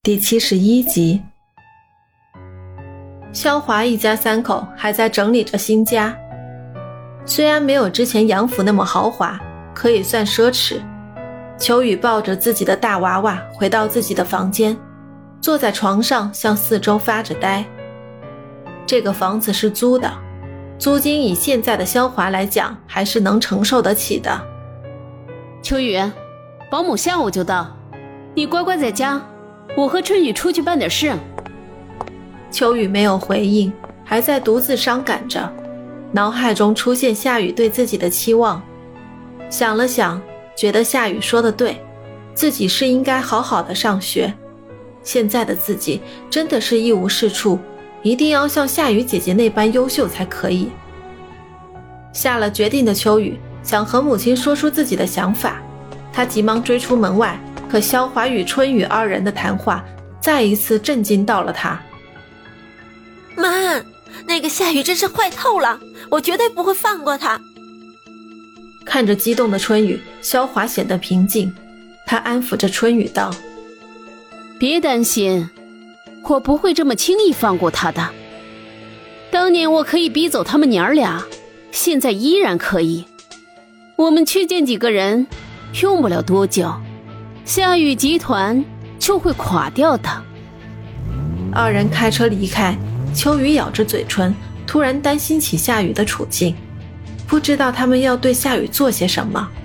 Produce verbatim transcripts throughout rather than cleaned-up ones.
第七十一集。萧华一家三口还在整理着新家，虽然没有之前杨府那么豪华，可以算奢侈。秋雨抱着自己的大娃娃回到自己的房间，坐在床上向四周发着呆。这个房子是租的，租金以现在的萧华来讲还是能承受得起的。 秋雨，保姆下午就到，你乖乖在家，我和春雨出去办点事。 秋雨没有回应，还在独自伤感着，脑海中出现夏雨对自己的期望。想了想，觉得夏雨说的对，自己是应该好好的上学。现在的自己真的是一无是处，一定要像夏雨姐姐那般优秀才可以。下了决定的秋雨想和母亲说出自己的想法，她急忙追出门外，可萧华与春雨二人的谈话再一次震惊到了她。 妈，那个夏雨真是坏透了，我绝对不会放过他。 看着激动的春雨，萧华显得平静，他安抚着春雨道： 别担心，我不会这么轻易放过他的。当年我可以逼走他们娘俩，现在依然可以。我们去见几个人，用不了多久，夏雨集团就会垮掉的。 二人开车离开，秋雨咬着嘴唇，突然担心起夏雨的处境，不知道他们要对夏雨做些什么。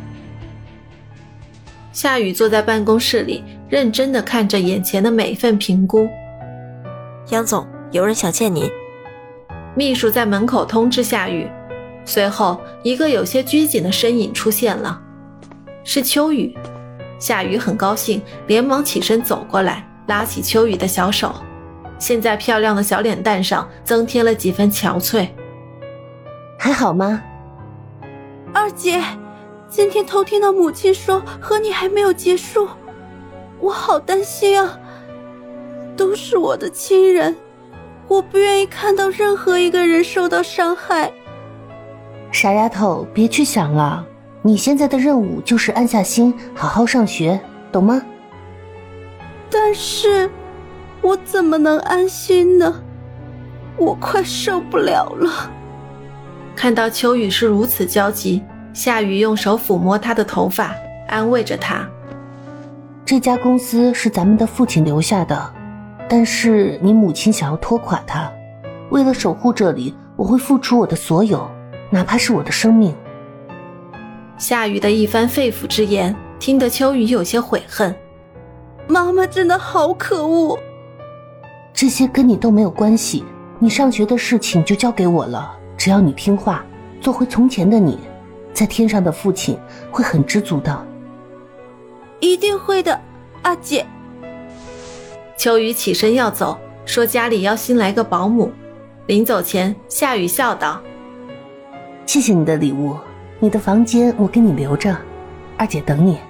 夏雨坐在办公室里，认真地看着眼前的每份评估。 杨总，有人想见您。 秘书在门口通知夏雨，随后一个有些拘谨的身影出现了，是秋雨。夏雨很高兴，连忙起身走过来，拉起秋雨的小手，现在漂亮的小脸蛋上增添了几分憔悴。 还好吗？ 二姐，今天偷听到母亲说和你还没有结束，我好担心啊。都是我的亲人，我不愿意看到任何一个人受到伤害。 傻丫头，别去想了，你现在的任务就是安下心，好好上学，懂吗？ 但是我怎么能安心呢？我快受不了了。 看到秋雨是如此焦急，夏雨用手抚摸她的头发，安慰着她。 这家公司是咱们的父亲留下的，但是你母亲想要拖垮它，为了守护这里，我会付出我的所有，哪怕是我的生命。 夏雨的一番肺腑之言，听得秋雨有些悔恨。 妈妈真的好可恶。 这些跟你都没有关系，你上学的事情就交给我了，只要你听话，做回从前的你，在天上的父亲会很知足的。 一定会的，阿姐。 秋雨起身要走，说家里要新来个保姆。临走前，夏雨笑道： 谢谢你的礼物，你的房间我给你留着，二姐等你。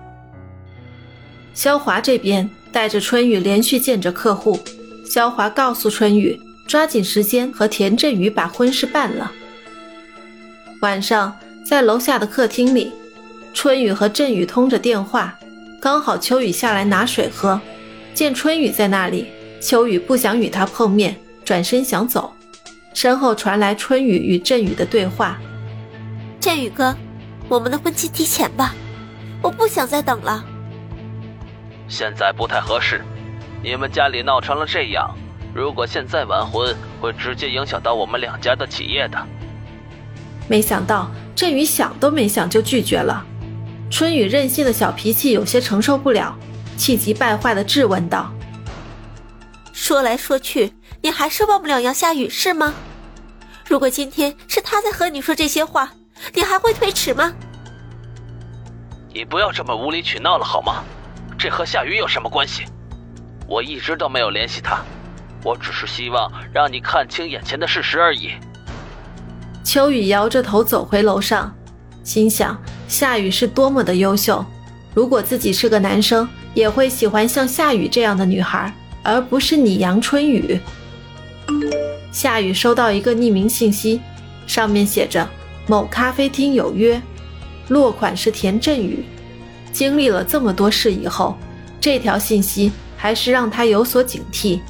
萧华这边带着春雨连续见着客户，萧华告诉春雨抓紧时间和田振宇把婚事办了。晚上在楼下的客厅里，春雨和振宇通着电话，刚好秋雨下来拿水喝，见春雨在那里，秋雨不想与他碰面，转身想走，身后传来春雨与振宇的对话。 振宇哥，我们的婚期提前吧，我不想再等了。 现在不太合适，你们家里闹成了这样，如果现在完婚，会直接影响到我们两家的企业的。 没想到振宇想都没想就拒绝了。春雨任性的小脾气有些承受不了，气急败坏地质问道： 说来说去，你还是忘不了杨夏雨是吗？如果今天是他在和你说这些话，你还会推迟吗？ 你不要这么无理取闹了好吗？这和夏雨有什么关系？我一直都没有联系他，我只是希望让你看清眼前的事实而已。 秋雨摇着头走回楼上，心想夏雨是多么的优秀，如果自己是个男生，也会喜欢像夏雨这样的女孩，而不是你杨春雨。夏雨收到一个匿名信息，上面写着某咖啡厅有约，落款是田振宇。经历了这么多事以后，这条信息还是让他有所警惕。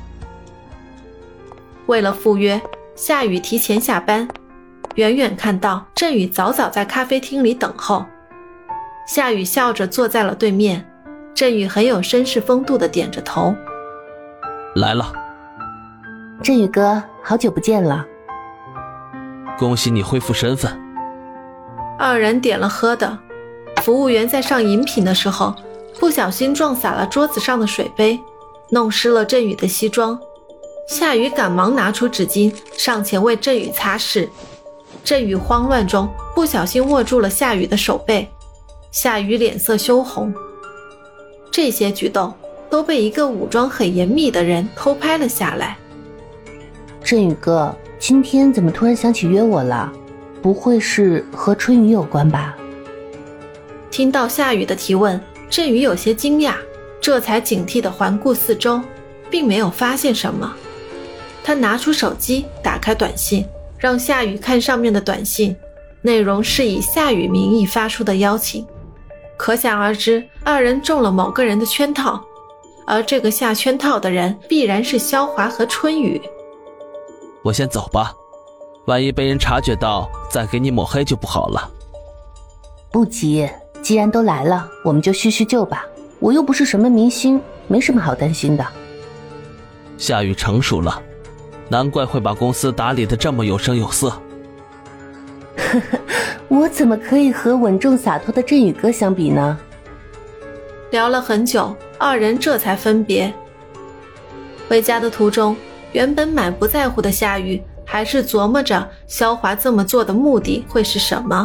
为了赴约，夏雨提前下班，远远看到振宇早早在咖啡厅里等候。夏雨笑着坐在了对面，振宇很有绅士风度地点着头。 来了。 振宇哥，好久不见了。 恭喜你恢复身份。 二人点了喝的，服务员在上饮品的时候不小心撞洒了桌子上的水杯，弄湿了振宇的西装。夏雨赶忙拿出纸巾上前为振宇擦拭，振宇慌乱中不小心握住了夏雨的手背，夏雨脸色羞红。这些举动都被一个武装很严密的人偷拍了下来。 振宇哥，今天怎么突然想起约我了？不会是和春雨有关吧？ 听到夏雨的提问，振宇有些惊讶，这才警惕地环顾四周，并没有发现什么。他拿出手机打开短信，让夏雨看上面的短信，内容是以夏雨名义发出的邀请。可想而知，二人中了某个人的圈套，而这个下圈套的人必然是萧华和春雨。 我先走吧，万一被人察觉到再给你抹黑就不好了。 不急，既然都来了，我们就叙叙旧吧。我又不是什么明星，没什么好担心的。 夏雨成熟了，难怪会把公司打理得这么有声有色。 呵呵，我怎么可以和稳重洒脱的振宇哥相比呢？ 聊了很久，二人这才分别。回家的途中，原本满不在乎的夏雨还是琢磨着萧华这么做的目的会是什么。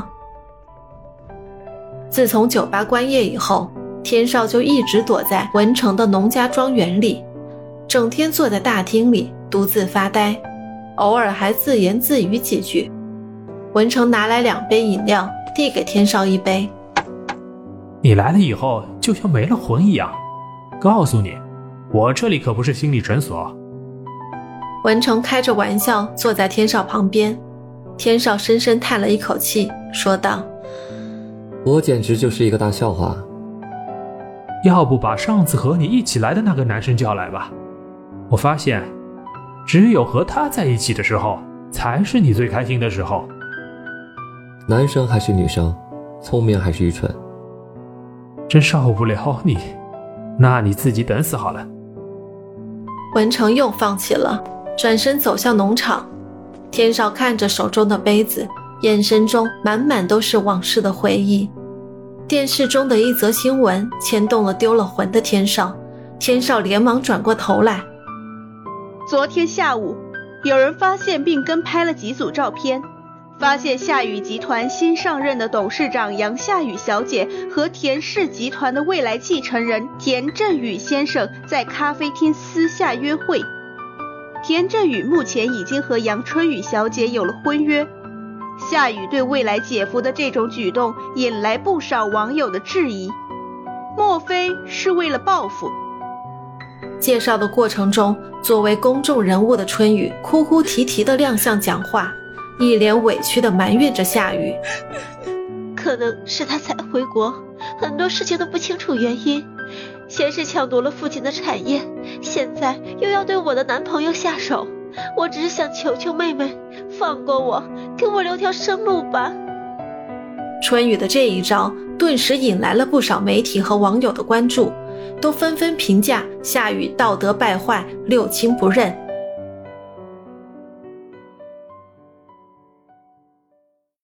自从酒吧关业以后，天少就一直躲在文成的农家庄园里，整天坐在大厅里独自发呆，偶尔还自言自语几句。文成拿来两杯饮料，递给天少一杯。 你来了以后就像没了魂一样，告诉你，我这里可不是心理诊所。 文成开着玩笑坐在天少旁边，天少深深叹了一口气，说道： 我简直就是一个大笑话。 要不把上次和你一起来的那个男生叫来吧，我发现只有和他在一起的时候才是你最开心的时候。 男生还是女生，聪明还是愚蠢？ 真受不了你，那你自己等死好了。 文成又放弃了，转身走向农场。天少看着手中的杯子，眼神中满满都是往事的回忆。电视中的一则新闻牵动了丢了魂的天少，天少连忙转过头来。 昨天下午，有人发现并跟拍了几组照片，发现夏雨集团新上任的董事长杨夏雨小姐和田氏集团的未来继承人田振宇先生在咖啡厅私下约会。田振宇目前已经和杨春雨小姐有了婚约。夏雨对未来姐夫的这种举动引来不少网友的质疑，莫非是为了报复？ 介绍的过程中，作为公众人物的春雨哭哭啼啼地亮相讲话，一脸委屈地埋怨着夏雨。 可能是他才回国，很多事情都不清楚原因，先是抢夺了父亲的产业，现在又要对我的男朋友下手。我只是想求求妹妹放过我，给我留条生路吧。 春雨的这一招顿时引来了不少媒体和网友的关注，都纷纷评价夏雨道德败坏，六亲不认。